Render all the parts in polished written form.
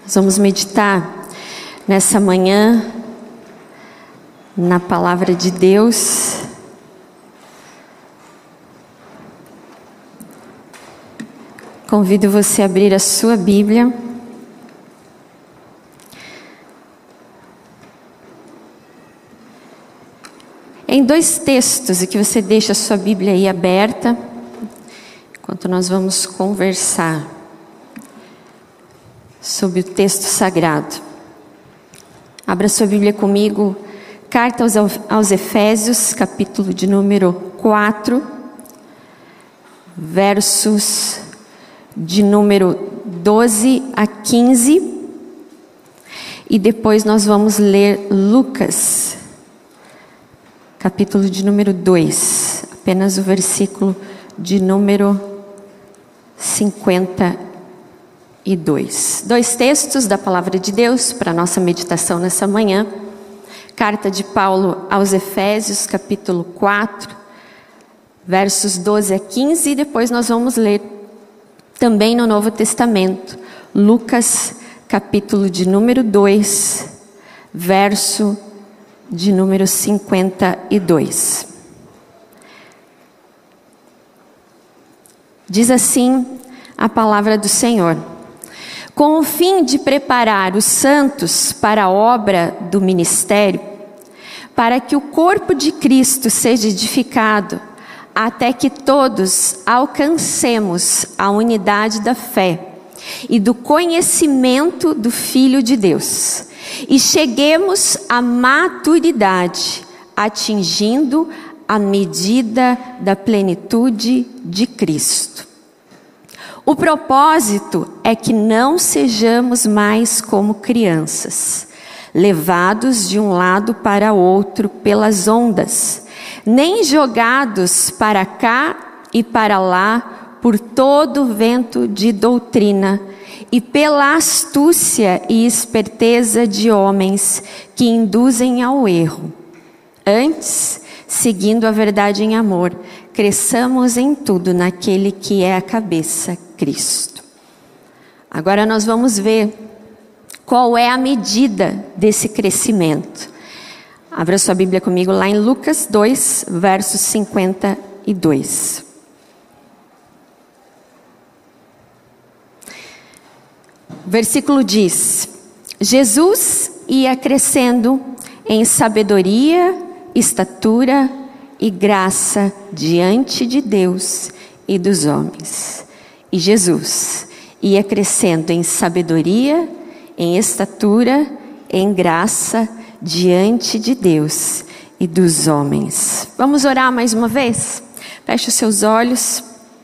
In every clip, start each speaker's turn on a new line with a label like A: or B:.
A: Nós vamos meditar nessa manhã na palavra de Deus. Convido você a abrir a sua Bíblia. Em dois textos, e que você deixa a sua Bíblia aí aberta, enquanto nós vamos conversar sobre o texto sagrado. Abra sua Bíblia comigo, carta aos Efésios, capítulo de número 4, versos de número 12 a 15, e depois nós vamos ler Lucas, capítulo de número 2, apenas o versículo de número 52. Dois textos da palavra de Deus para a nossa meditação nessa manhã. Carta de Paulo aos Efésios, capítulo 4, versos 12 a 15, e depois nós vamos ler também no Novo Testamento, Lucas, capítulo de número 2, verso de número 52. Diz assim a palavra do Senhor: com o fim de preparar os santos para a obra do ministério, para que o corpo de Cristo seja edificado, até que todos alcancemos a unidade da fé e do conhecimento do Filho de Deus, e cheguemos à maturidade, atingindo a medida da plenitude de Cristo. O propósito é que não sejamos mais como crianças, levados de um lado para outro pelas ondas, nem jogados para cá e para lá por todo o vento de doutrina e pela astúcia e esperteza de homens que induzem ao erro. Antes, seguindo a verdade em amor, cresçamos em tudo naquele que é a cabeça, Cristo. Agora nós vamos ver qual é a medida desse crescimento. Abra sua Bíblia comigo lá em Lucas 2, versos 52. O versículo diz: Jesus ia crescendo em sabedoria, estatura e graça diante de Deus e dos homens. E Jesus ia crescendo em sabedoria, em estatura, em graça diante de Deus e dos homens. Vamos orar mais uma vez? Feche os seus olhos.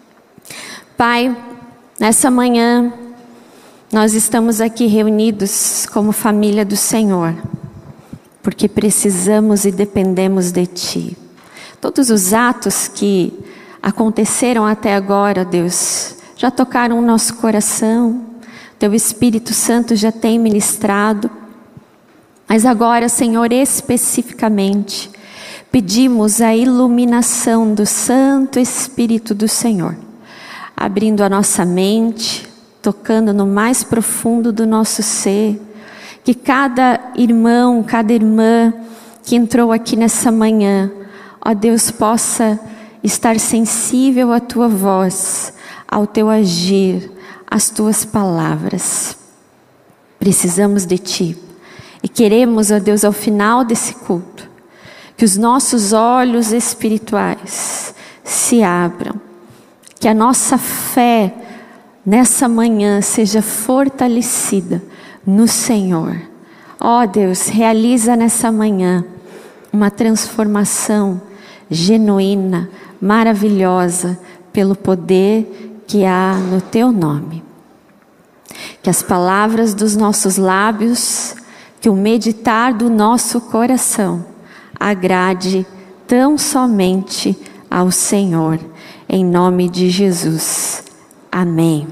A: Pai, nessa manhã nós estamos aqui reunidos como família do Senhor, porque precisamos e dependemos de Ti. Todos os atos que aconteceram até agora, Deus, já tocaram o nosso coração. Teu Espírito Santo já tem ministrado. Mas agora, Senhor, especificamente, pedimos a iluminação do Santo Espírito do Senhor, abrindo a nossa mente, tocando no mais profundo do nosso ser, que cada irmão, cada irmã que entrou aqui nessa manhã, ó Deus, possa estar sensível à Tua voz, ao Teu agir, às Tuas palavras. Precisamos de Ti e queremos, ó Deus, ao final desse culto, que os nossos olhos espirituais se abram, que a nossa fé nessa manhã seja fortalecida no Senhor. Ó Deus, realiza nessa manhã uma transformação genuína, maravilhosa, pelo poder que há no Teu nome. Que as palavras dos nossos lábios, que o meditar do nosso coração agrade tão somente ao Senhor, em nome de Jesus. Amém.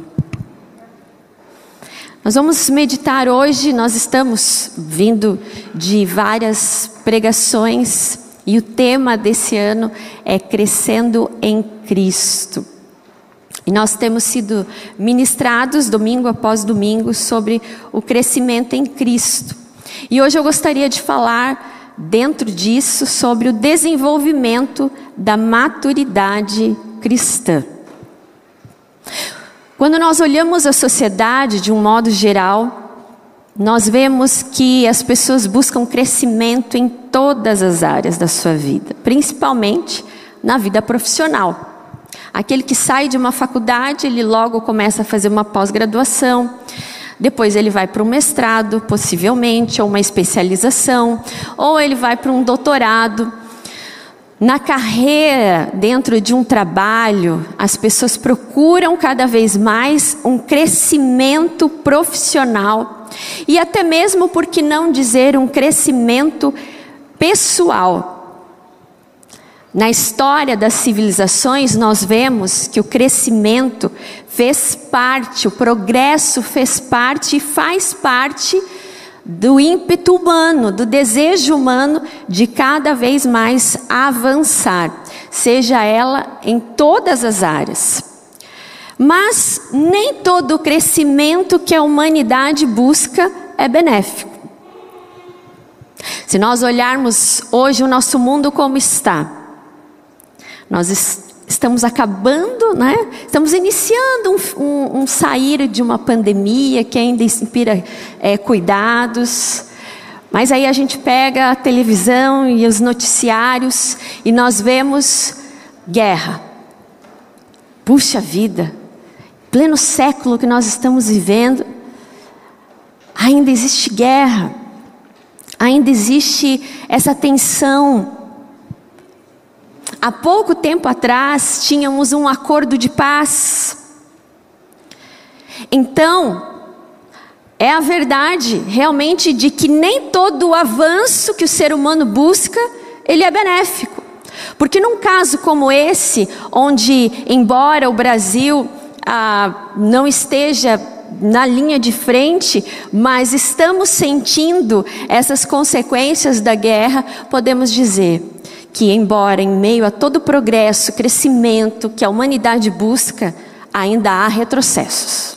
A: Nós vamos meditar hoje, nós estamos vindo de várias pregações e o tema desse ano é Crescendo em Cristo. E nós temos sido ministrados domingo após domingo sobre o crescimento em Cristo. E hoje eu gostaria de falar dentro disso sobre o desenvolvimento da maturidade cristã. Quando nós olhamos a sociedade de um modo geral, nós vemos que as pessoas buscam crescimento em todas as áreas da sua vida, principalmente na vida profissional. Aquele que sai de uma faculdade, ele logo começa a fazer uma pós-graduação, depois ele vai para um mestrado, possivelmente, ou uma especialização, ou ele vai para um doutorado. Na carreira, dentro de um trabalho, as pessoas procuram cada vez mais um crescimento profissional e até mesmo, por que não dizer, um crescimento pessoal. Na história das civilizações, nós vemos que o crescimento fez parte, o progresso fez parte e faz parte do ímpeto humano, do desejo humano de cada vez mais avançar, seja ela em todas as áreas. Mas nem todo o crescimento que a humanidade busca é benéfico. Se nós olharmos hoje o nosso mundo como está, nós estamos acabando, né? Estamos iniciando um sair de uma pandemia que ainda inspira cuidados. Mas aí a gente pega a televisão e os noticiários e nós vemos guerra. Puxa vida, pleno século que nós estamos vivendo, ainda existe guerra, ainda existe essa tensão. Há pouco tempo atrás, tínhamos um acordo de paz. Então, é a verdade realmente de que nem todo o avanço que o ser humano busca, ele é benéfico. Porque num caso como esse, onde, embora o Brasil não esteja na linha de frente, mas estamos sentindo essas consequências da guerra, podemos dizer que, embora em meio a todo o progresso, crescimento que a humanidade busca, ainda há retrocessos.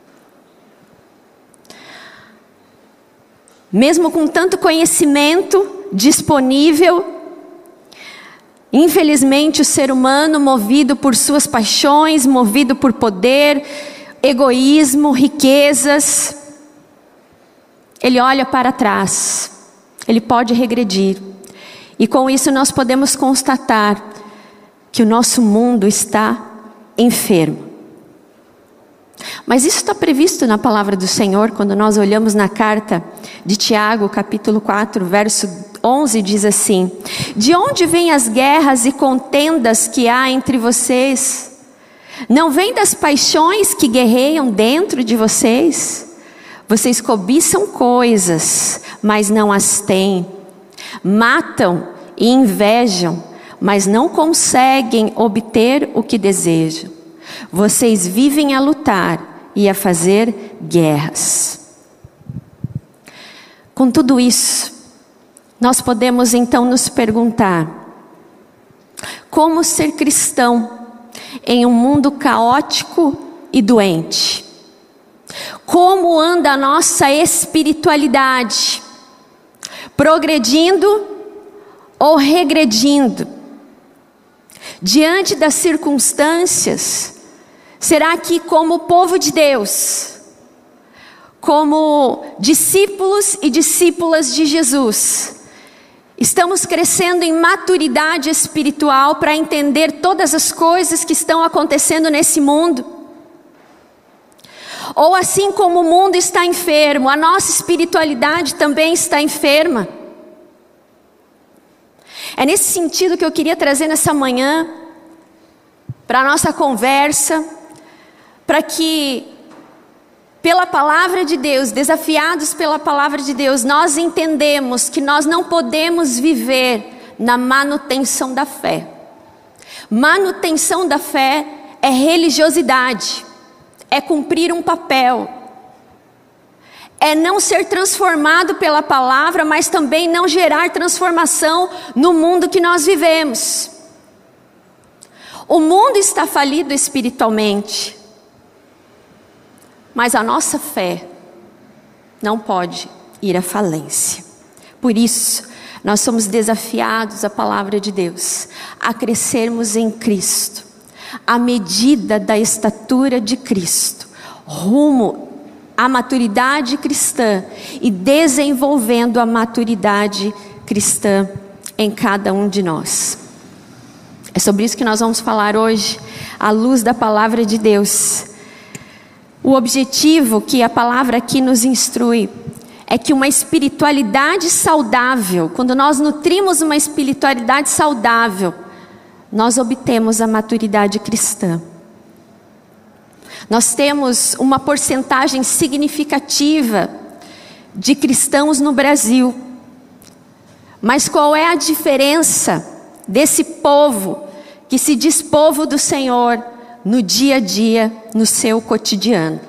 A: Mesmo com tanto conhecimento disponível, infelizmente o ser humano, movido por suas paixões, movido por poder, egoísmo, riquezas, ele olha para trás, ele pode regredir. E com isso nós podemos constatar que o nosso mundo está enfermo. Mas isso está previsto na palavra do Senhor, quando nós olhamos na carta de Tiago, capítulo 4, verso 11, diz assim: de onde vêm as guerras e contendas que há entre vocês? Não vêm das paixões que guerreiam dentro de vocês? Vocês cobiçam coisas, mas não as têm. Matam e invejam, mas não conseguem obter o que desejam. Vocês vivem a lutar e a fazer guerras. Com tudo isso, nós podemos então nos perguntar: como ser cristão em um mundo caótico e doente? Como anda a nossa espiritualidade? Progredindo ou regredindo? Diante das circunstâncias, será que, como povo de Deus, como discípulos e discípulas de Jesus, estamos crescendo em maturidade espiritual para entender todas as coisas que estão acontecendo nesse mundo? Ou assim como o mundo está enfermo, a nossa espiritualidade também está enferma? É nesse sentido que eu queria trazer nessa manhã, para a nossa conversa, para que, pela palavra de Deus, desafiados pela palavra de Deus, nós entendemos que nós não podemos viver na manutenção da fé. Manutenção da fé é religiosidade, é cumprir um papel, é não ser transformado pela palavra, mas também não gerar transformação no mundo que nós vivemos. O mundo está falido espiritualmente, mas a nossa fé não pode ir à falência. Por isso, nós somos desafiados, a palavra de Deus, a crescermos em Cristo, à medida da estatura de Cristo, rumo à maturidade cristã e desenvolvendo a maturidade cristã em cada um de nós. É sobre isso que nós vamos falar hoje, à luz da palavra de Deus. O objetivo que a palavra aqui nos instrui é que uma espiritualidade saudável, quando nós nutrimos uma espiritualidade saudável, nós obtemos a maturidade cristã. Nós temos uma porcentagem significativa de cristãos no Brasil. Mas qual é a diferença desse povo que se diz povo do Senhor no dia a dia, no seu cotidiano?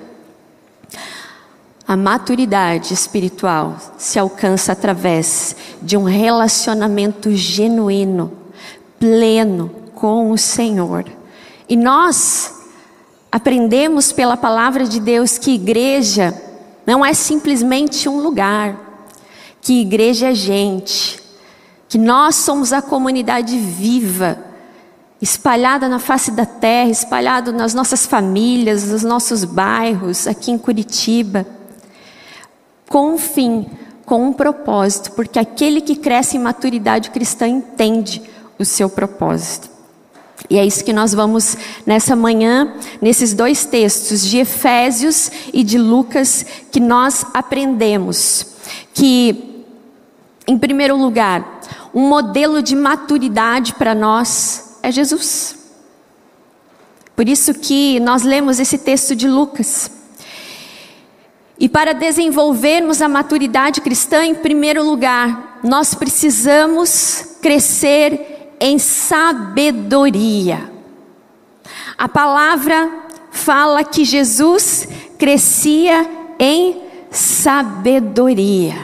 A: A maturidade espiritual se alcança através de um relacionamento genuíno, pleno com o Senhor. E nós aprendemos pela palavra de Deus que igreja não é simplesmente um lugar, que igreja é gente, que nós somos a comunidade viva, espalhada na face da terra, espalhada nas nossas famílias, nos nossos bairros, aqui em Curitiba, com um fim, com um propósito, porque aquele que cresce em maturidade cristã entende o seu propósito. E é isso que nós vamos nessa manhã, nesses dois textos de Efésios e de Lucas, que nós aprendemos que, em primeiro lugar, um modelo de maturidade para nós é Jesus. Por isso que nós lemos esse texto de Lucas. E para desenvolvermos a maturidade cristã, em primeiro lugar, nós precisamos crescer em sabedoria. A palavra fala que Jesus crescia em sabedoria.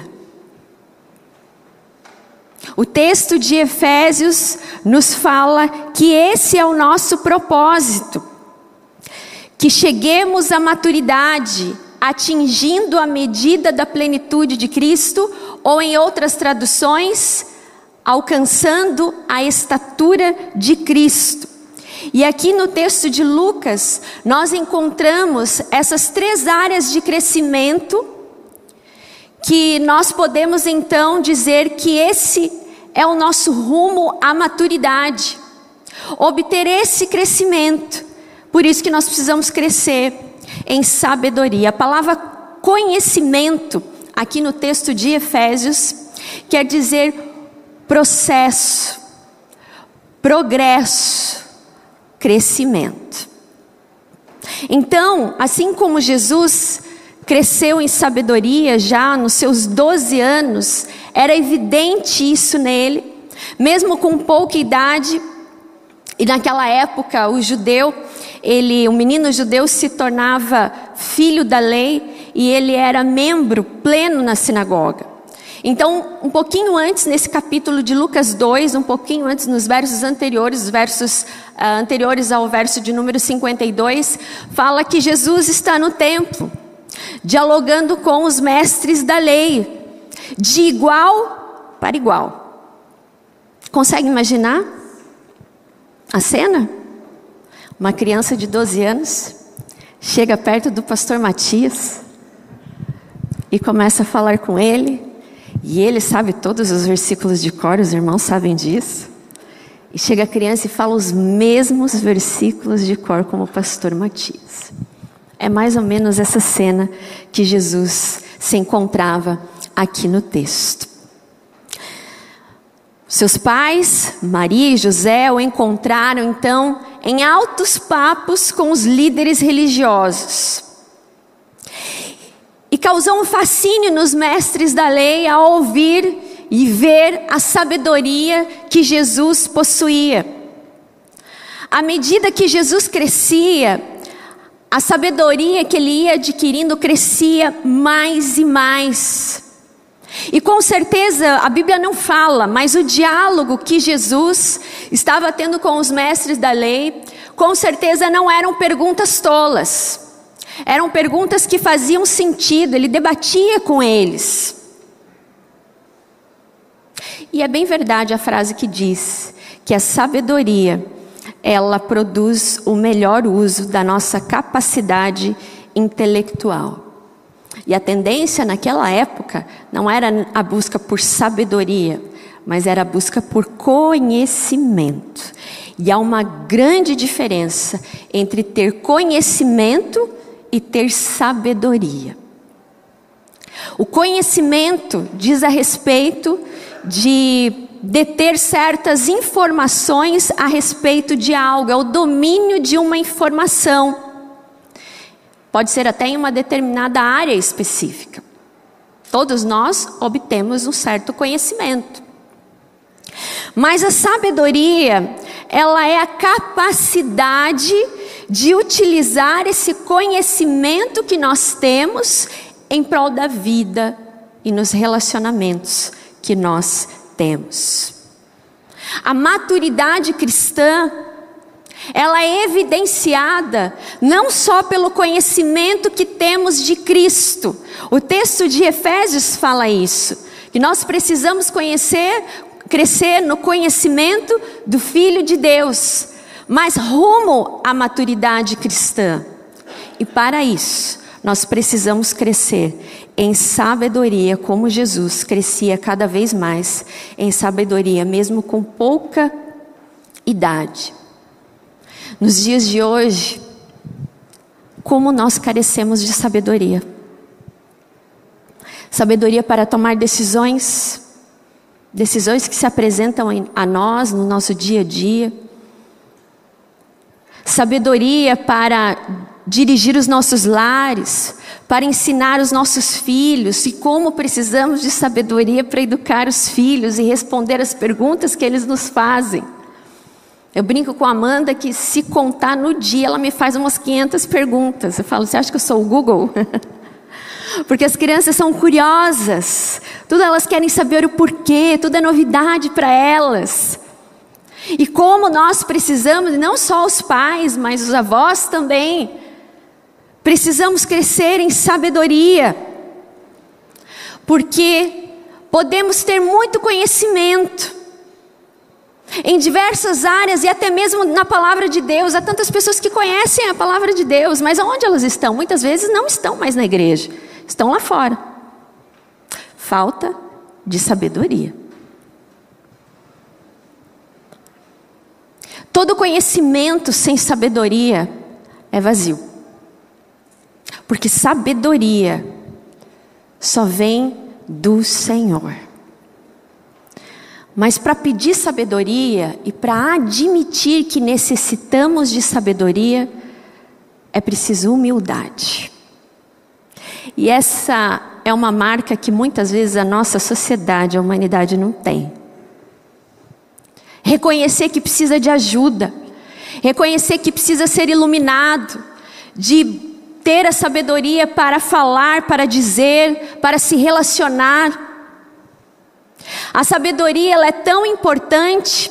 A: O texto de Efésios nos fala que esse é o nosso propósito, que cheguemos à maturidade, atingindo a medida da plenitude de Cristo, ou em outras traduções, alcançando a estatura de Cristo. E aqui no texto de Lucas, nós encontramos essas três áreas de crescimento, que nós podemos então dizer que esse é o nosso rumo à maturidade, obter esse crescimento. Por isso que nós precisamos crescer em sabedoria. A palavra conhecimento, aqui no texto de Efésios, quer dizer processo, progresso, crescimento. Então, assim como Jesus cresceu em sabedoria já nos seus 12 anos, era evidente isso nele, mesmo com pouca idade. E naquela época o menino judeu se tornava filho da lei e ele era membro pleno na sinagoga. Então, um pouquinho antes, nesse capítulo de Lucas 2, um pouquinho antes, nos versos anteriores, os versos anteriores ao verso de número 52, fala que Jesus está no templo, dialogando com os mestres da lei, de igual para igual. Consegue imaginar a cena? Uma criança de 12 anos chega perto do pastor Matias e começa a falar com ele, e ele sabe todos os versículos de cor, os irmãos sabem disso. E chega a criança e fala os mesmos versículos de cor como o pastor Matias. É mais ou menos essa cena que Jesus se encontrava aqui no texto. Seus pais, Maria e José, o encontraram então em altos papos com os líderes religiosos. E causou um fascínio nos mestres da lei ao ouvir e ver a sabedoria que Jesus possuía. À medida que Jesus crescia, a sabedoria que ele ia adquirindo crescia mais e mais. E com certeza a Bíblia não fala, mas o diálogo que Jesus estava tendo com os mestres da lei Com certeza não eram perguntas tolas. Eram perguntas que faziam sentido, ele debatia com eles. E é bem verdade a frase que diz que a sabedoria, ela produz o melhor uso da nossa capacidade intelectual. E a tendência naquela época não era a busca por sabedoria, mas era a busca por conhecimento. E há uma grande diferença entre ter conhecimento e ter sabedoria. O conhecimento diz a respeito de deter certas informações a respeito de algo, é o domínio de uma informação. Pode ser até em uma determinada área específica. Todos nós obtemos um certo conhecimento. Mas a sabedoria, ela é a capacidade de utilizar esse conhecimento que nós temos em prol da vida e nos relacionamentos que nós temos. A maturidade cristã, ela é evidenciada não só pelo conhecimento que temos de Cristo. O texto de Efésios fala isso, que nós precisamos crescer no conhecimento do Filho de Deus, mas rumo à maturidade cristã. E para isso, nós precisamos crescer em sabedoria, como Jesus crescia cada vez mais em sabedoria, mesmo com pouca idade. Nos dias de hoje, como nós carecemos de sabedoria? Sabedoria para tomar decisões que se apresentam a nós no nosso dia a dia. Sabedoria para dirigir os nossos lares, para ensinar os nossos filhos, e como precisamos de sabedoria para educar os filhos e responder as perguntas que eles nos fazem. Eu brinco com a Amanda que, se contar no dia, ela me faz umas 500 perguntas. Eu falo, você acha que eu sou o Google? Porque as crianças são curiosas, tudo elas querem saber o porquê, tudo é novidade para elas. E como nós precisamos, não só os pais, mas os avós também, precisamos crescer em sabedoria, porque podemos ter muito conhecimento em diversas áreas e até mesmo na palavra de Deus. Há tantas pessoas que conhecem a palavra de Deus, mas aonde elas estão? Muitas vezes não estão mais na igreja, estão lá fora. Falta de sabedoria. Todo conhecimento sem sabedoria é vazio. Porque sabedoria só vem do Senhor. Mas para pedir sabedoria e para admitir que necessitamos de sabedoria, é preciso humildade. E essa é uma marca que muitas vezes a nossa sociedade, a humanidade não tem. Reconhecer que precisa de ajuda, reconhecer que precisa ser iluminado, de ter a sabedoria para falar, para dizer, para se relacionar. A sabedoria, ela é tão importante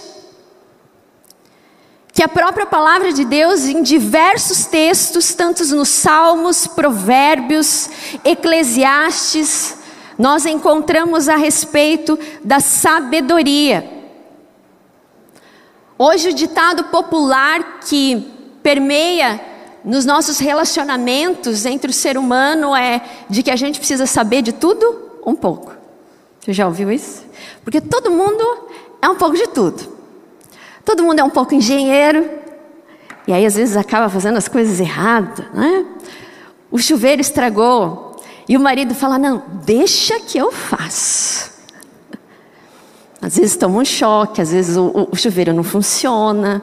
A: que a própria palavra de Deus, em diversos textos, tanto nos Salmos, Provérbios, Eclesiastes, nós encontramos a respeito da sabedoria. Hoje o ditado popular que permeia nos nossos relacionamentos entre o ser humano é de que a gente precisa saber de tudo um pouco. Você já ouviu isso? Porque todo mundo é um pouco de tudo. Todo mundo é um pouco engenheiro, e aí às vezes acaba fazendo as coisas erradas, né? O chuveiro estragou, e o marido fala, não, deixa que eu faço. Às vezes toma um choque, às vezes o chuveiro não funciona.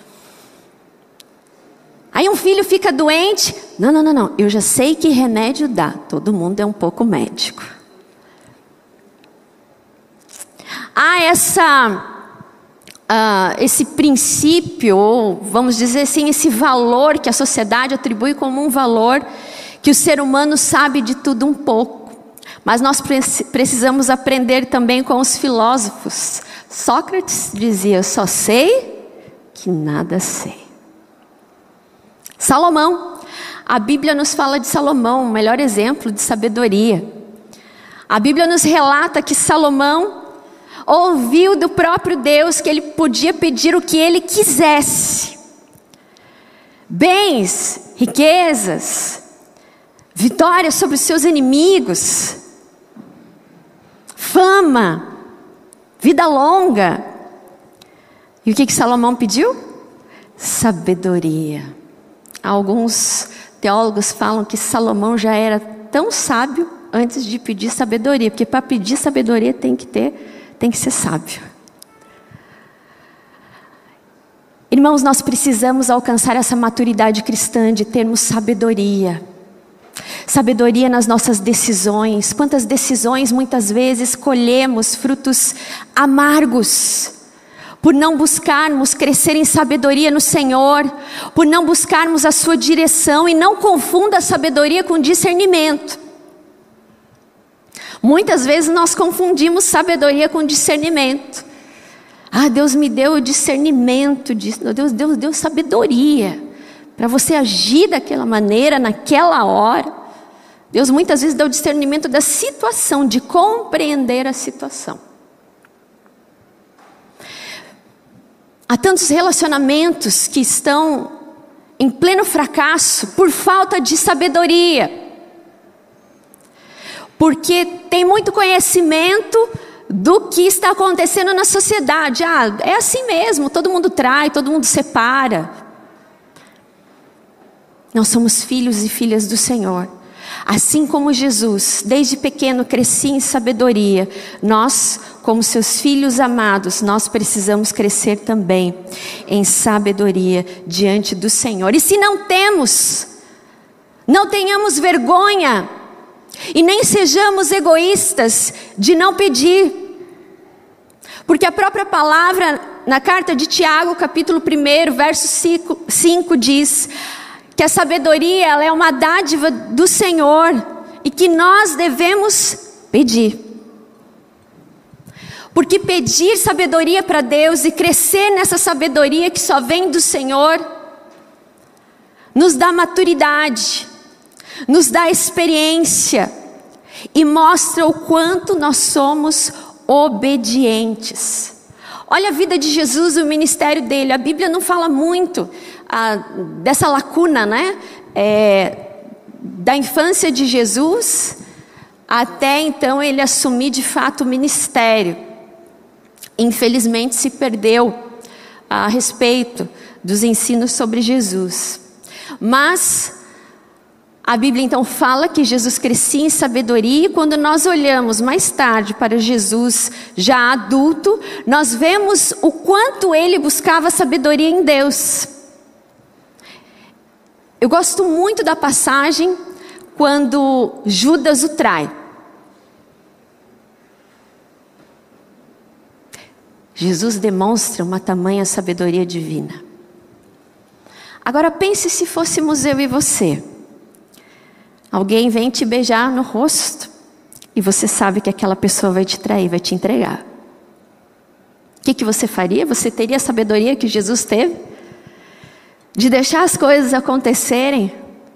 A: Aí um filho fica doente, não, eu já sei que remédio dá, todo mundo é um pouco médico. Há esse princípio, ou vamos dizer assim, esse valor que a sociedade atribui como um valor, que o ser humano sabe de tudo um pouco. Mas nós precisamos aprender também com os filósofos. Sócrates dizia, eu só sei que nada sei. Salomão. A Bíblia nos fala de Salomão, o melhor exemplo de sabedoria. A Bíblia nos relata que Salomão ouviu do próprio Deus que ele podia pedir o que ele quisesse. Bens, riquezas, vitória sobre os seus inimigos, fama, vida longa. E o que Salomão pediu? Sabedoria. Alguns teólogos falam que Salomão já era tão sábio antes de pedir sabedoria, porque para pedir sabedoria tem que ser sábio. Irmãos, nós precisamos alcançar essa maturidade cristã de termos sabedoria. Sabedoria nas nossas decisões. Quantas decisões muitas vezes colhemos frutos amargos por não buscarmos crescer em sabedoria no Senhor, por não buscarmos a sua direção. E não confunda a sabedoria com discernimento. Muitas vezes nós confundimos sabedoria com discernimento. Deus me deu o discernimento, Deus deu sabedoria para você agir daquela maneira, naquela hora. Deus muitas vezes dá o discernimento da situação, de compreender a situação. Há tantos relacionamentos que estão em pleno fracasso por falta de sabedoria. Porque tem muito conhecimento do que está acontecendo na sociedade. É assim mesmo, todo mundo trai, todo mundo separa. Nós somos filhos e filhas do Senhor. Assim como Jesus, desde pequeno, crescia em sabedoria, nós, como seus filhos amados, nós precisamos crescer também em sabedoria diante do Senhor. E se não temos, não tenhamos vergonha e nem sejamos egoístas de não pedir. Porque a própria palavra, na carta de Tiago, capítulo 1, verso 5 diz que a sabedoria ela é uma dádiva do Senhor e que nós devemos pedir. Porque pedir sabedoria para Deus e crescer nessa sabedoria que só vem do Senhor, nos dá maturidade, nos dá experiência e mostra o quanto nós somos obedientes. Olha a vida de Jesus, o ministério dele. A Bíblia não fala muito dessa lacuna, né? Da infância de Jesus até então ele assumir de fato o ministério. Infelizmente se perdeu a respeito dos ensinos sobre Jesus. Mas a Bíblia então fala que Jesus crescia em sabedoria, e quando nós olhamos mais tarde para Jesus já adulto, nós vemos o quanto ele buscava sabedoria em Deus. Eu gosto muito da passagem quando Judas o trai. Jesus demonstra uma tamanha sabedoria divina. Agora pense se fôssemos eu e você. Alguém vem te beijar no rosto e você sabe que aquela pessoa vai te trair, vai te entregar. O que você faria? Você teria a sabedoria que Jesus teve? De deixar as coisas acontecerem?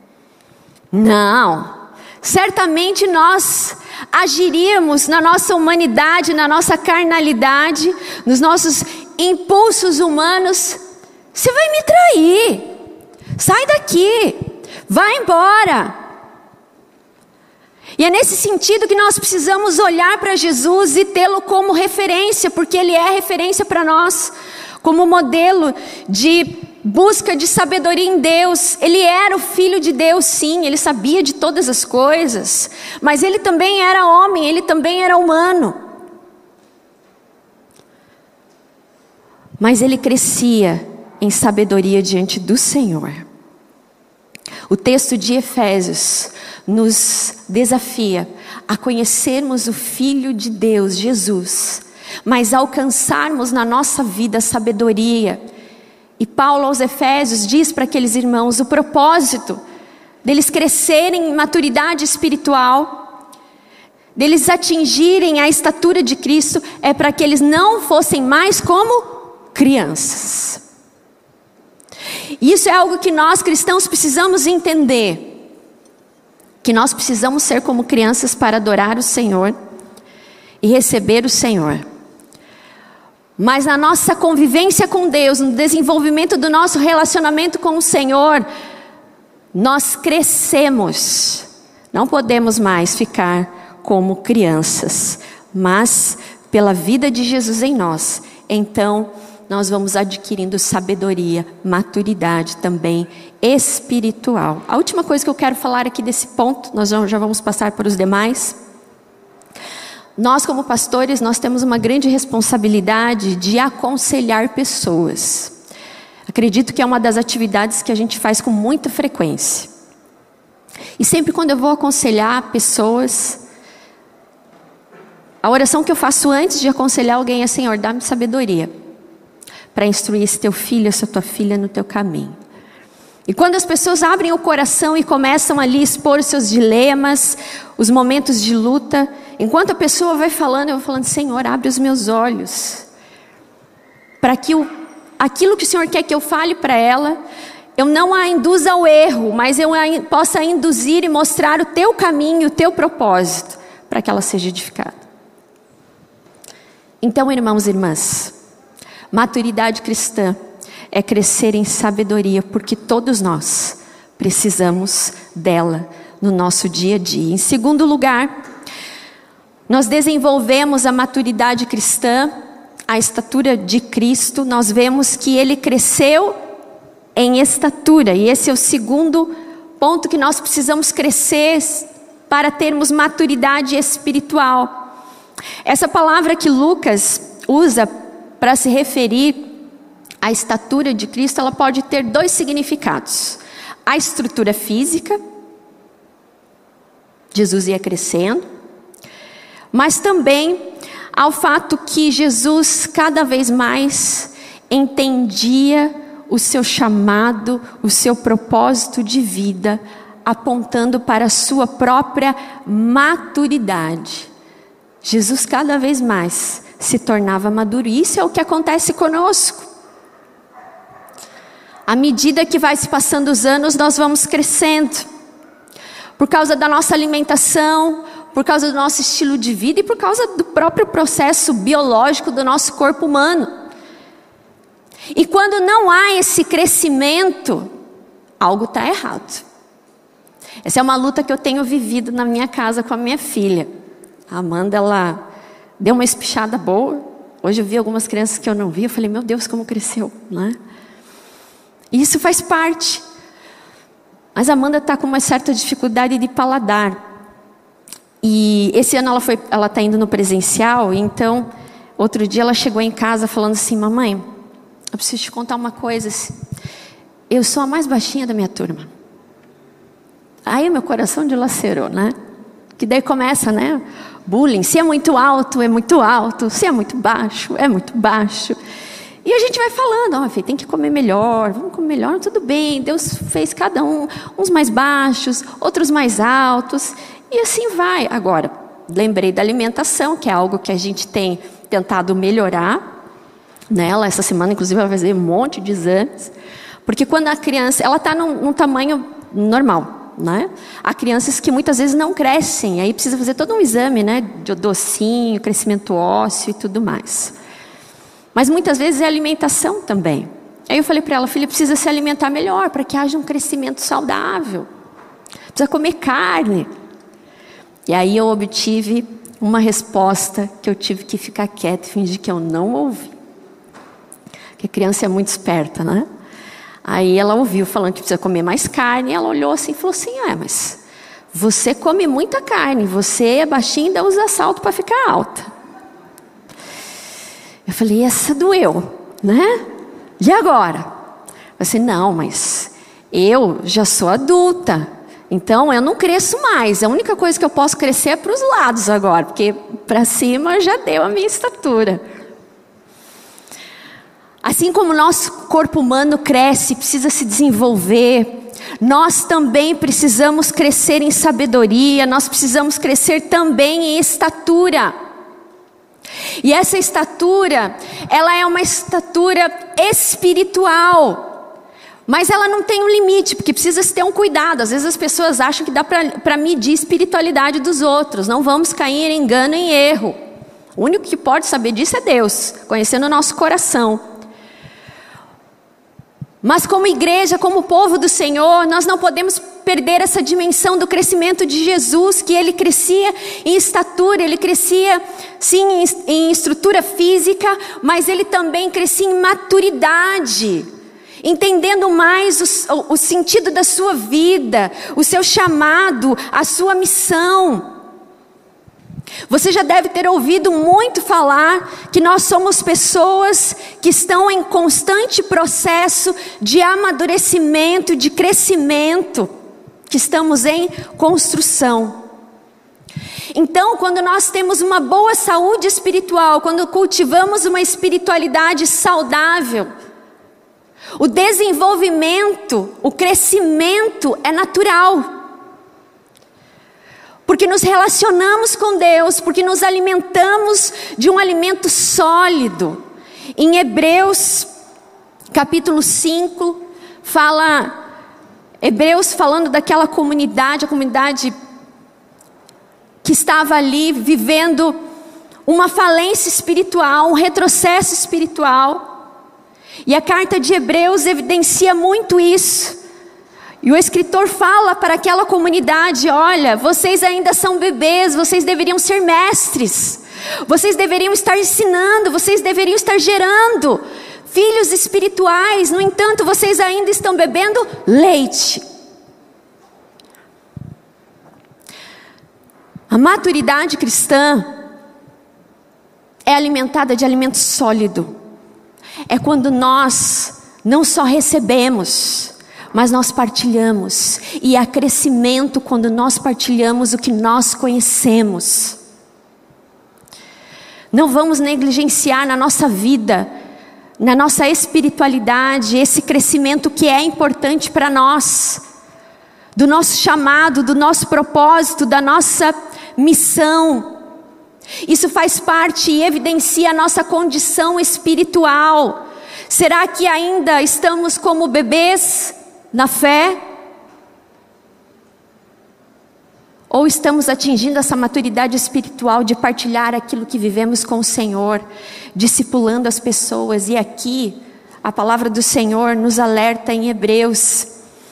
A: Não. Certamente nós agiríamos na nossa humanidade, na nossa carnalidade, nos nossos impulsos humanos. Você vai me trair. Sai daqui. Vai embora. E é nesse sentido que nós precisamos olhar para Jesus e tê-lo como referência, porque Ele é referência para nós, como modelo de busca de sabedoria em Deus. Ele era o Filho de Deus, sim, Ele sabia de todas as coisas, mas Ele também era homem, Ele também era humano. Mas Ele crescia em sabedoria diante do Senhor. O texto de Efésios nos desafia a conhecermos o Filho de Deus, Jesus, mas alcançarmos na nossa vida sabedoria. E Paulo aos Efésios diz para aqueles irmãos o propósito deles crescerem em maturidade espiritual, deles atingirem a estatura de Cristo, é para que eles não fossem mais como crianças. E isso é algo que nós cristãos precisamos entender. Que nós precisamos ser como crianças para adorar o Senhor e receber o Senhor. Mas na nossa convivência com Deus, no desenvolvimento do nosso relacionamento com o Senhor, nós crescemos. Não podemos mais ficar como crianças, mas pela vida de Jesus em nós, então nós vamos adquirindo sabedoria, maturidade também espiritual. A última coisa que eu quero falar aqui desse ponto, nós já vamos passar para os demais. Nós como pastores, nós temos uma grande responsabilidade de aconselhar pessoas. Acredito que é uma das atividades que a gente faz com muita frequência. E sempre quando eu vou aconselhar pessoas, a oração que eu faço antes de aconselhar alguém é: Senhor, dá-me sabedoria para instruir esse teu filho, essa tua filha no teu caminho. E quando as pessoas abrem o coração e começam ali a expor os seus dilemas, os momentos de luta, enquanto a pessoa vai falando, eu vou falando: Senhor, abre os meus olhos, para que aquilo que o Senhor quer que eu fale para ela, eu não a induza ao erro, mas eu possa induzir e mostrar o teu caminho, o teu propósito, para que ela seja edificada. Então, irmãos e irmãs, maturidade cristã é crescer em sabedoria, porque todos nós precisamos dela no nosso dia a dia. Em segundo lugar, nós desenvolvemos a maturidade cristã, a estatura de Cristo. Nós vemos que ele cresceu em estatura, e esse é o segundo ponto que nós precisamos crescer para termos maturidade espiritual. Essa palavra que Lucas usa para se referir à estatura de Cristo, ela pode ter dois significados: a estrutura física, Jesus ia crescendo, mas também ao fato que Jesus cada vez mais entendia o seu chamado, o seu propósito de vida, apontando para a sua própria maturidade. Jesus cada vez mais se tornava maduro, e isso é o que acontece conosco. À medida que vai se passando os anos, nós vamos crescendo, por causa da nossa alimentação, por causa do nosso estilo de vida e por causa do próprio processo biológico do nosso corpo humano. E quando não há esse crescimento, algo está errado. Essa é uma luta que eu tenho vivido na minha casa com a minha filha. A Amanda, ela deu uma espichada boa. Hoje eu vi algumas crianças que eu não vi, eu falei: meu Deus, como cresceu, né? E isso faz parte. Mas a Amanda está com uma certa dificuldade de paladar. E esse ano ela está indo no presencial, então outro dia ela chegou em casa falando assim: mamãe, eu preciso te contar uma coisa. Eu sou a mais baixinha da minha turma. Aí meu coração dilacerou, né? Que daí começa, né? Bullying. Se é muito alto, é muito alto. Se é muito baixo, é muito baixo. E a gente vai falando: ó, filho, tem que comer melhor, vamos comer melhor, tudo bem. Deus fez cada um, uns mais baixos, outros mais altos. E assim vai. Agora, lembrei da alimentação, que é algo que a gente tem tentado melhorar nela. Essa semana, inclusive, vai fazer um monte de exames. Porque quando a criança, ela está num tamanho normal, né? Há crianças que muitas vezes não crescem, aí precisa fazer todo um exame, né? De docinho, crescimento ósseo e tudo mais. Mas muitas vezes é alimentação também. Aí eu falei para ela: filha, precisa se alimentar melhor para que haja um crescimento saudável. Precisa comer carne. E aí eu obtive uma resposta que eu tive que ficar quieta e fingir que eu não ouvi. Porque a criança é muito esperta, né? Aí ela ouviu falando que precisa comer mais carne, e ela olhou assim e falou assim: mas você come muita carne, você é baixinha e ainda usa salto para ficar alta. Eu falei: essa doeu, né? E agora? Eu falei: não, mas eu já sou adulta, então eu não cresço mais. A única coisa que eu posso crescer é para os lados agora, porque para cima já deu a minha estatura. Assim como o nosso corpo humano cresce, precisa se desenvolver, nós também precisamos crescer em sabedoria, nós precisamos crescer também em estatura. E essa estatura, ela é uma estatura espiritual. Mas ela não tem um limite, porque precisa se ter um cuidado. Às vezes as pessoas acham que dá para medir a espiritualidade dos outros. Não vamos cair em engano e em erro. O único que pode saber disso é Deus, conhecendo o nosso coração. Mas como igreja, como povo do Senhor, nós não podemos perder essa dimensão do crescimento de Jesus, que Ele crescia em estatura, Ele crescia sim em estrutura física, mas Ele também crescia em maturidade, entendendo mais o sentido da sua vida, o seu chamado, a sua missão. Você já deve ter ouvido muito falar que nós somos pessoas que estão em constante processo de amadurecimento, de crescimento, que estamos em construção. Então, quando nós temos uma boa saúde espiritual, quando cultivamos uma espiritualidade saudável, o desenvolvimento, o crescimento é natural. Porque nos relacionamos com Deus, porque nos alimentamos de um alimento sólido. Em Hebreus, capítulo 5, Hebreus falando daquela comunidade, a comunidade que estava ali vivendo uma falência espiritual, um retrocesso espiritual. E a carta de Hebreus evidencia muito isso. E o escritor fala para aquela comunidade: olha, vocês ainda são bebês, vocês deveriam ser mestres, vocês deveriam estar ensinando, vocês deveriam estar gerando filhos espirituais. No entanto, vocês ainda estão bebendo leite. A maturidade cristã é alimentada de alimento sólido. É quando nós não só recebemos, mas nós partilhamos. E há crescimento quando nós partilhamos o que nós conhecemos. Não vamos negligenciar na nossa vida, na nossa espiritualidade, esse crescimento que é importante para nós, do nosso chamado, do nosso propósito, da nossa missão. Isso faz parte e evidencia a nossa condição espiritual. Será que ainda estamos como bebês na fé? Ou estamos atingindo essa maturidade espiritual de partilhar aquilo que vivemos com o Senhor, discipulando as pessoas? E aqui a palavra do Senhor nos alerta em Hebreus.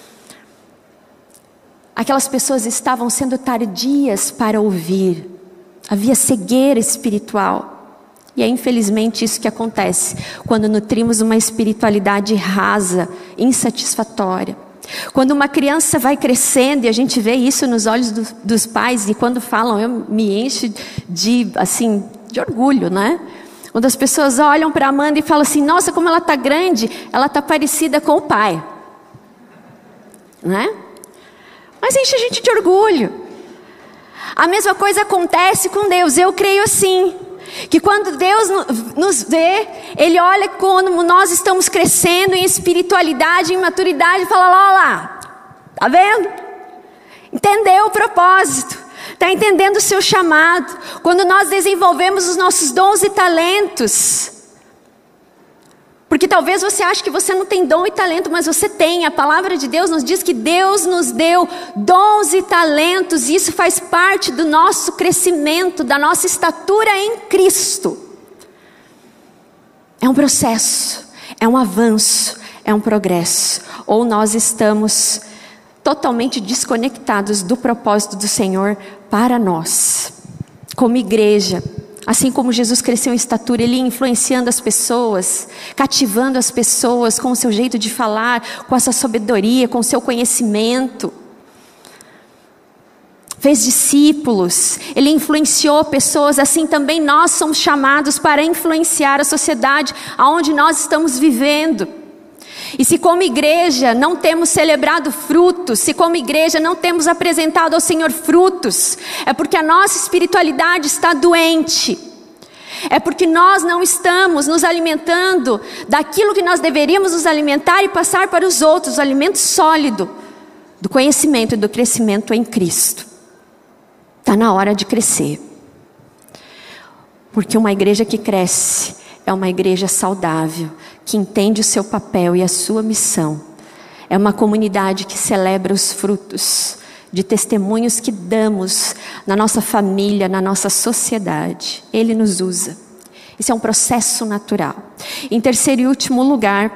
A: Aquelas pessoas estavam sendo tardias para ouvir. Havia cegueira espiritual. E é infelizmente isso que acontece quando nutrimos uma espiritualidade rasa, insatisfatória. Quando uma criança vai crescendo, e a gente vê isso nos olhos dos pais, e quando falam, eu me encho de orgulho, né? Quando as pessoas olham para Amanda e falam assim: nossa, como ela está grande, ela está parecida com o pai, né? Mas enche a gente de orgulho. A mesma coisa acontece com Deus. Eu creio assim, que quando Deus nos vê, Ele olha quando nós estamos crescendo em espiritualidade, em maturidade, e fala: lá, tá vendo? Entendeu o propósito, tá entendendo o seu chamado. Quando nós desenvolvemos os nossos dons e talentos, porque talvez você ache que você não tem dom e talento, mas você tem. A palavra de Deus nos diz que Deus nos deu dons e talentos, e isso faz parte do nosso crescimento, da nossa estatura em Cristo. É um processo, é um avanço, é um progresso. Ou nós estamos totalmente desconectados do propósito do Senhor para nós, como igreja. Assim como Jesus cresceu em estatura, Ele ia influenciando as pessoas, cativando as pessoas com o seu jeito de falar, com a sua sabedoria, com o seu conhecimento. Fez discípulos, Ele influenciou pessoas. Assim também nós somos chamados para influenciar a sociedade aonde nós estamos vivendo. E se como igreja não temos celebrado frutos, se como igreja não temos apresentado ao Senhor frutos, é porque a nossa espiritualidade está doente. É porque nós não estamos nos alimentando daquilo que nós deveríamos nos alimentar e passar para os outros, o alimento sólido do conhecimento e do crescimento em Cristo. Está na hora de crescer. Porque uma igreja que cresce é uma igreja saudável, que entende o seu papel e a sua missão. É uma comunidade que celebra os frutos de testemunhos que damos na nossa família, na nossa sociedade. Ele nos usa. Esse é um processo natural. Em terceiro e último lugar,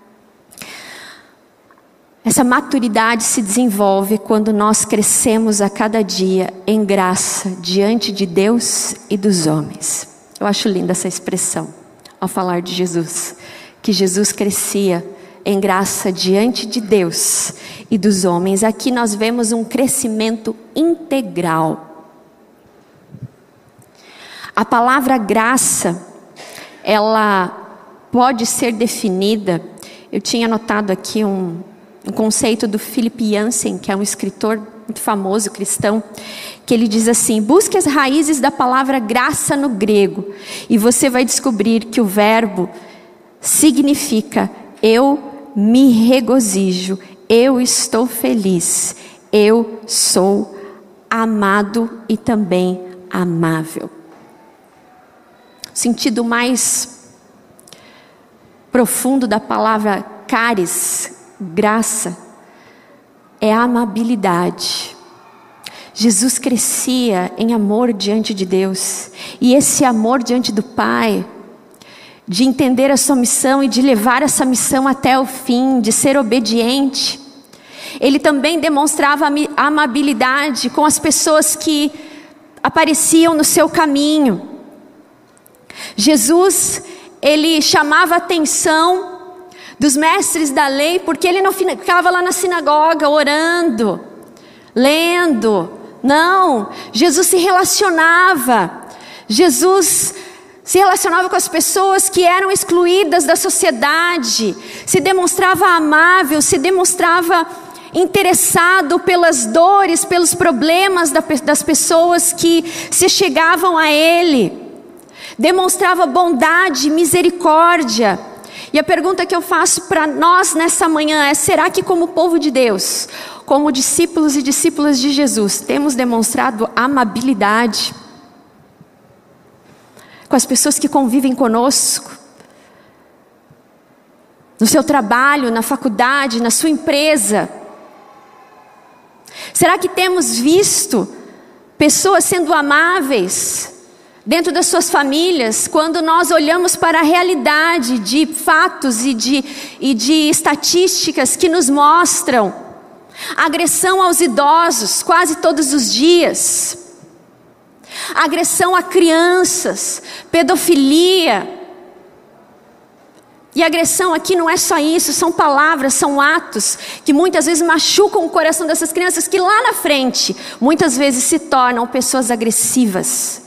A: essa maturidade se desenvolve quando nós crescemos a cada dia em graça diante de Deus e dos homens. Eu acho linda essa expressão ao falar de Jesus, que Jesus crescia em graça diante de Deus e dos homens. Aqui nós vemos um crescimento integral. A palavra graça, ela pode ser definida, eu tinha anotado aqui um conceito do Philip Yancey, que é um escritor muito famoso cristão, que ele diz assim: busque as raízes da palavra graça no grego e você vai descobrir que o verbo significa eu me regozijo, eu estou feliz, eu sou amado e também amável. O sentido mais profundo da palavra caris, graça, é a amabilidade. Jesus crescia em amor diante de Deus, e esse amor diante do Pai, de entender a sua missão e de levar essa missão até o fim, de ser obediente. Ele também demonstrava amabilidade com as pessoas que apareciam no seu caminho. Jesus, ele chamava a atenção dos mestres da lei, porque ele não ficava lá na sinagoga orando, lendo. Não, Jesus se relacionava. Jesus se relacionava com as pessoas que eram excluídas da sociedade, se demonstrava amável, se demonstrava interessado pelas dores, pelos problemas das pessoas que se chegavam a Ele, demonstrava bondade, misericórdia. E a pergunta que eu faço para nós nessa manhã é: será que como povo de Deus, como discípulos e discípulas de Jesus, temos demonstrado amabilidade com as pessoas que convivem conosco, no seu trabalho, na faculdade, na sua empresa? Será que temos visto pessoas sendo amáveis dentro das suas famílias, quando nós olhamos para a realidade de fatos e de estatísticas que nos mostram agressão aos idosos quase todos os dias, agressão a crianças, pedofilia? E agressão aqui não é só isso, são palavras, são atos que muitas vezes machucam o coração dessas crianças, que lá na frente muitas vezes se tornam pessoas agressivas.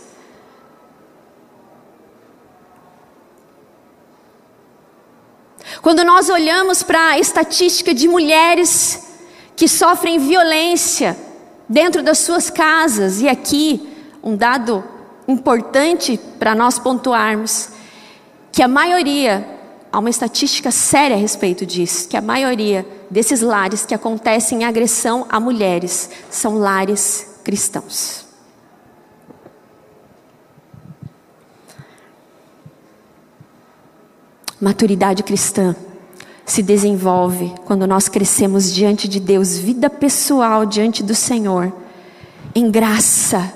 A: Quando nós olhamos para a estatística de mulheres que sofrem violência dentro das suas casas, e aqui um dado importante para nós pontuarmos, que a maioria, há uma estatística séria a respeito disso, que a maioria desses lares que acontecem agressão a mulheres são lares cristãos. Maturidade cristã se desenvolve quando nós crescemos diante de Deus, vida pessoal diante do Senhor, em graça.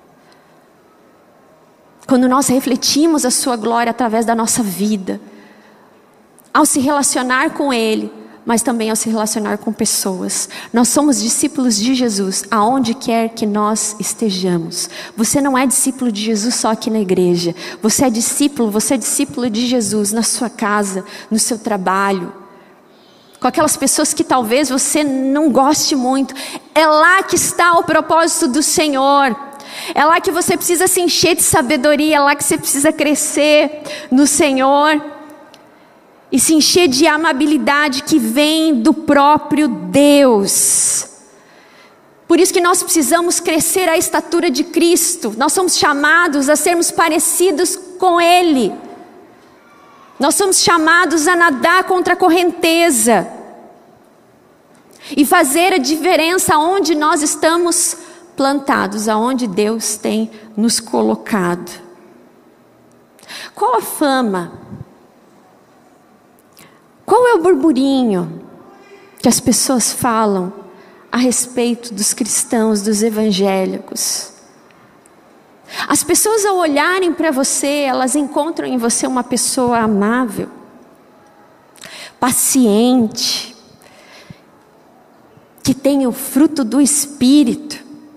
A: Quando nós refletimos a sua glória através da nossa vida, ao se relacionar com Ele, mas também ao se relacionar com pessoas. Nós somos discípulos de Jesus aonde quer que nós estejamos. Você não é discípulo de Jesus só aqui na igreja. Você é discípulo de Jesus na sua casa, no seu trabalho, com aquelas pessoas que talvez você não goste muito. É lá que está o propósito do Senhor. É lá que você precisa se encher de sabedoria, é lá que você precisa crescer no Senhor e se encher de amabilidade que vem do próprio Deus. Por isso que nós precisamos crescer à estatura de Cristo. Nós somos chamados a sermos parecidos com Ele. Nós somos chamados a nadar contra a correnteza e fazer a diferença onde nós estamos plantados, aonde Deus tem nos colocado. Qual a fama? Qual é o burburinho que as pessoas falam a respeito dos cristãos, dos evangélicos. As pessoas, ao olharem para você, elas encontram em você uma pessoa amável, paciente, que tem o fruto do Espírito.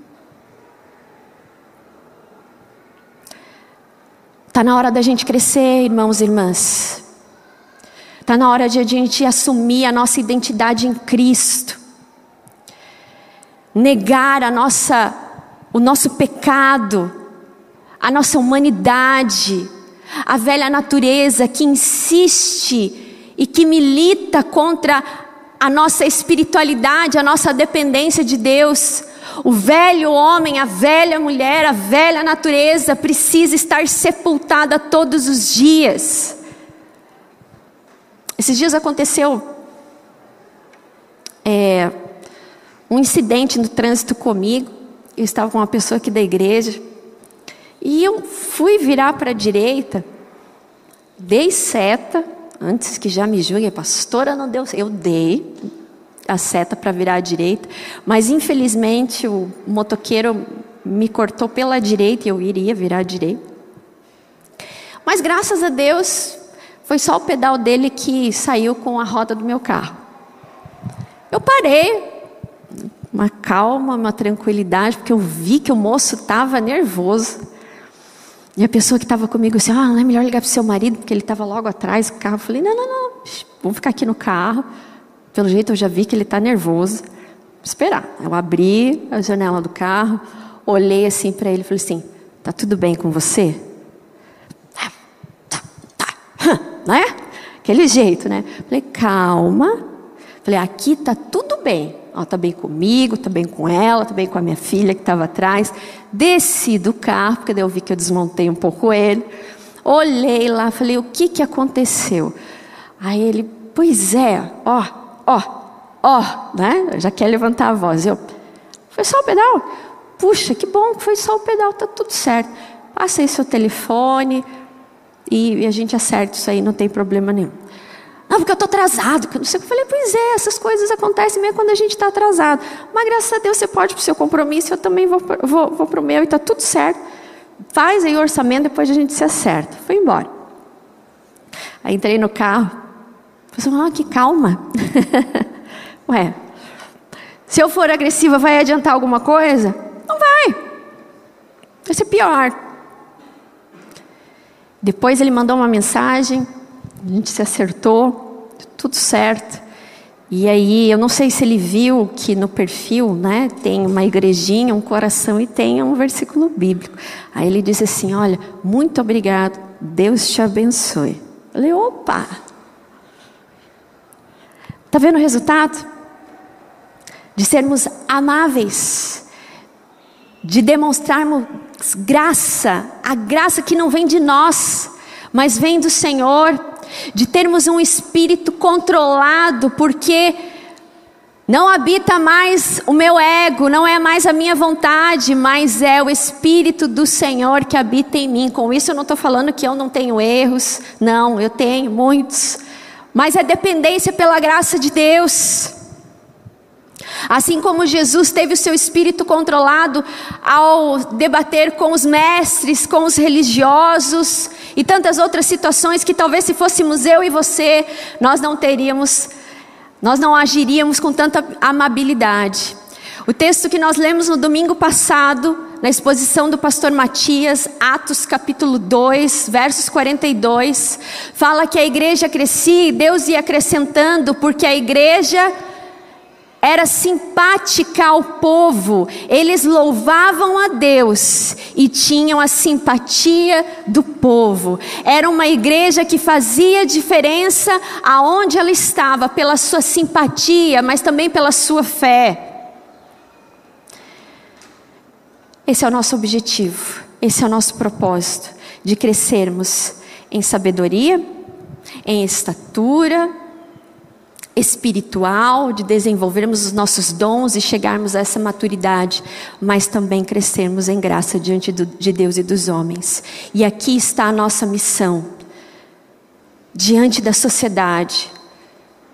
A: Está na hora da gente crescer, irmãos e irmãs. Está na hora de a gente assumir a nossa identidade em Cristo. Negar o nosso pecado, a nossa humanidade, a velha natureza que insiste e que milita contra a nossa espiritualidade, a nossa dependência de Deus. O velho homem, a velha mulher, a velha natureza precisa estar sepultada todos os dias. Esses dias aconteceu um incidente no trânsito comigo. Eu estava com uma pessoa aqui da igreja e eu fui virar para a direita, dei seta, antes que já me julguem, pastora, não deu, eu dei a seta para virar à direita, mas infelizmente o motoqueiro me cortou pela direita e eu iria virar à direita. Mas graças a Deus, foi só o pedal dele que saiu com a roda do meu carro. Eu parei, uma calma, uma tranquilidade, porque eu vi que o moço estava nervoso. E a pessoa que estava comigo disse, não é melhor ligar para o seu marido, porque ele estava logo atrás do carro. Eu falei, não, vamos ficar aqui no carro. Pelo jeito eu já vi que ele está nervoso. Vou esperar. Eu abri a janela do carro, olhei assim para ele e falei assim, tá tudo bem com você? Tá. Não é? Aquele jeito, né? Falei, calma. Falei, aqui tá tudo bem. Tá bem comigo, tá bem com ela, tá bem com a minha filha que estava atrás. Desci do carro, porque daí eu vi que eu desmontei um pouco ele. Olhei lá, falei, o que aconteceu? Aí ele, pois é, né? Já quer levantar a voz. Foi só o pedal? Puxa, que bom que foi só o pedal, tá tudo certo. Passa aí seu telefone e a gente acerta isso aí, não tem problema nenhum. Não, porque eu estou atrasado. Eu não sei o que eu falei, pois é, essas coisas acontecem mesmo quando a gente está atrasado. Mas graças a Deus você pode para o seu compromisso, eu também vou para o meu e está tudo certo. Faz aí o orçamento, depois a gente se acerta. Fui embora. Aí entrei no carro. Falei, que calma. Ué, se eu for agressiva, vai adiantar alguma coisa? Não vai. Vai ser pior. Depois ele mandou uma mensagem. A gente se acertou, tudo certo. E aí, eu não sei se ele viu que no perfil, né, tem uma igrejinha, um coração e tem um versículo bíblico. Aí ele disse assim, olha, muito obrigado, Deus te abençoe. Eu falei, opa! Está vendo o resultado? De sermos amáveis, de demonstrarmos graça, a graça que não vem de nós, mas vem do Senhor, de termos um espírito controlado, porque não habita mais o meu ego, não é mais a minha vontade, mas é o Espírito do Senhor que habita em mim. Com isso eu não estou falando que eu não tenho erros, não, eu tenho muitos, mas é dependência pela graça de Deus. Assim como Jesus teve o seu espírito controlado ao debater com os mestres, com os religiosos e tantas outras situações que talvez se fôssemos eu e você, nós não agiríamos com tanta amabilidade. O texto que nós lemos no domingo passado, na exposição do pastor Matias, Atos capítulo 2, versos 42, fala que a igreja crescia e Deus ia acrescentando, porque a igreja era simpática ao povo, eles louvavam a Deus e tinham a simpatia do povo. Era uma igreja que fazia diferença aonde ela estava, pela sua simpatia, mas também pela sua fé. Esse é o nosso objetivo, esse é o nosso propósito, de crescermos em sabedoria, em estatura espiritual, de desenvolvermos os nossos dons e chegarmos a essa maturidade, mas também crescermos em graça diante de Deus e dos homens. E aqui está a nossa missão, diante da sociedade,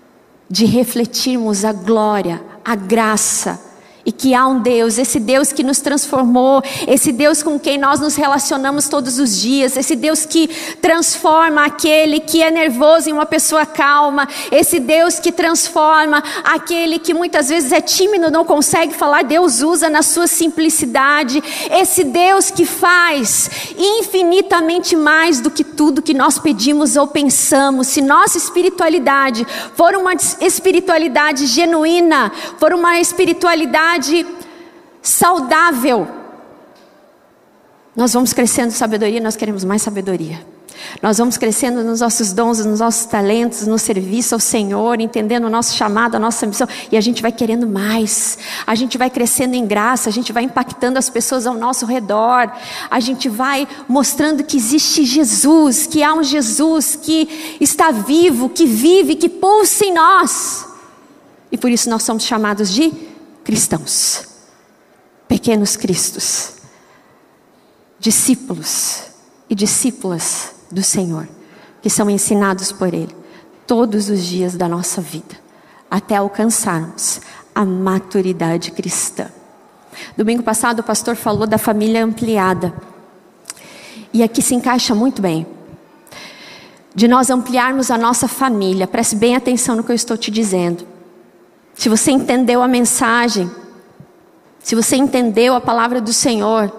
A: de refletirmos a glória, a graça, e que há um Deus, esse Deus que nos transformou, esse Deus com quem nós nos relacionamos todos os dias, esse Deus que transforma aquele que é nervoso em uma pessoa calma, esse Deus que transforma aquele que muitas vezes é tímido, não consegue falar, Deus usa na sua simplicidade, esse Deus que faz infinitamente mais do que tudo que nós pedimos ou pensamos. Se nossa espiritualidade for uma espiritualidade genuína, for uma espiritualidade saudável, nós vamos crescendo em sabedoria, nós queremos mais sabedoria. Nós vamos crescendo nos nossos dons, nos nossos talentos, no serviço ao Senhor, entendendo o nosso chamado, a nossa missão, e a gente vai querendo mais. A gente vai crescendo em graça, a gente vai impactando as pessoas ao nosso redor, a gente vai mostrando que existe Jesus, que há um Jesus que está vivo, que vive, que pulsa em nós. E por isso nós somos chamados de cristãos, pequenos cristos, discípulos e discípulas do Senhor, que são ensinados por Ele todos os dias da nossa vida, até alcançarmos a maturidade cristã. Domingo passado o pastor falou da família ampliada, e aqui se encaixa muito bem, de nós ampliarmos a nossa família. Preste bem atenção no que eu estou te dizendo. Se você entendeu a mensagem, se você entendeu a palavra do Senhor,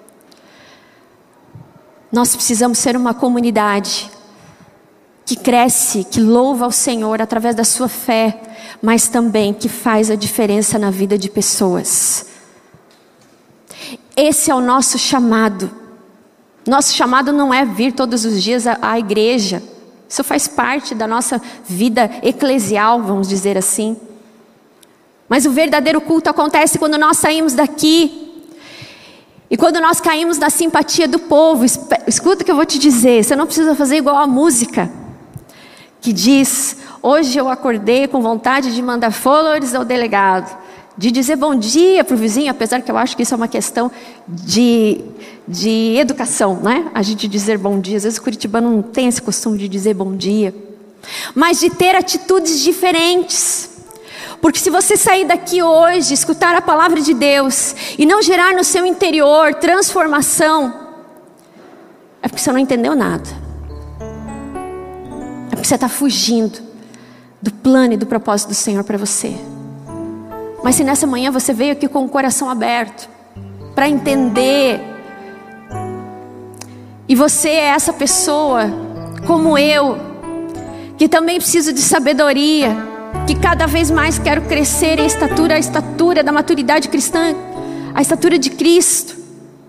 A: nós precisamos ser uma comunidade que cresce, que louva ao Senhor através da sua fé, mas também que faz a diferença na vida de pessoas. Esse é o nosso chamado. Nosso chamado não é vir todos os dias à igreja. Isso faz parte da nossa vida eclesial, vamos dizer assim. Mas o verdadeiro culto acontece quando nós saímos daqui e quando nós caímos na simpatia do povo. Escuta o que eu vou te dizer, você não precisa fazer igual a música que diz: hoje eu acordei com vontade de mandar flores ao delegado, de dizer bom dia para o vizinho, apesar que eu acho que isso é uma questão de educação, né? A gente dizer bom dia, às vezes o curitibano não tem esse costume de dizer bom dia, mas de ter atitudes diferentes. Porque se você sair daqui hoje, escutar a palavra de Deus e não gerar no seu interior transformação, é porque você não entendeu nada. É porque você está fugindo do plano e do propósito do Senhor para você. Mas se nessa manhã você veio aqui com o coração aberto para entender, e você é essa pessoa como eu, que também preciso de sabedoria, que cada vez mais quero crescer em estatura, a estatura da maturidade cristã, a estatura de Cristo.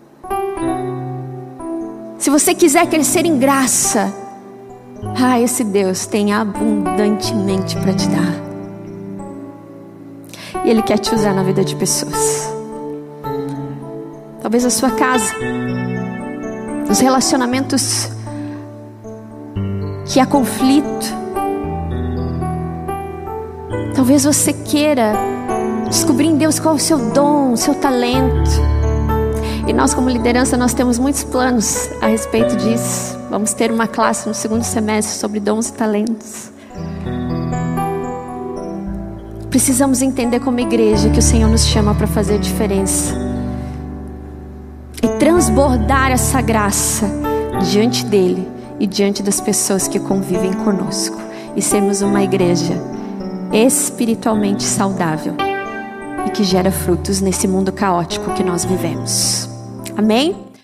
A: Se você quiser crescer em graça, esse Deus tem abundantemente para te dar. E Ele quer te usar na vida de pessoas. Talvez a sua casa, os relacionamentos que há conflito. Talvez você queira descobrir em Deus qual é o seu dom, o seu talento. E nós como liderança, nós temos muitos planos a respeito disso. Vamos ter uma classe no segundo semestre sobre dons e talentos. Precisamos entender como igreja que o Senhor nos chama para fazer a diferença. E transbordar essa graça diante dEle e diante das pessoas que convivem conosco. E sermos uma igreja espiritualmente saudável e que gera frutos nesse mundo caótico que nós vivemos. Amém?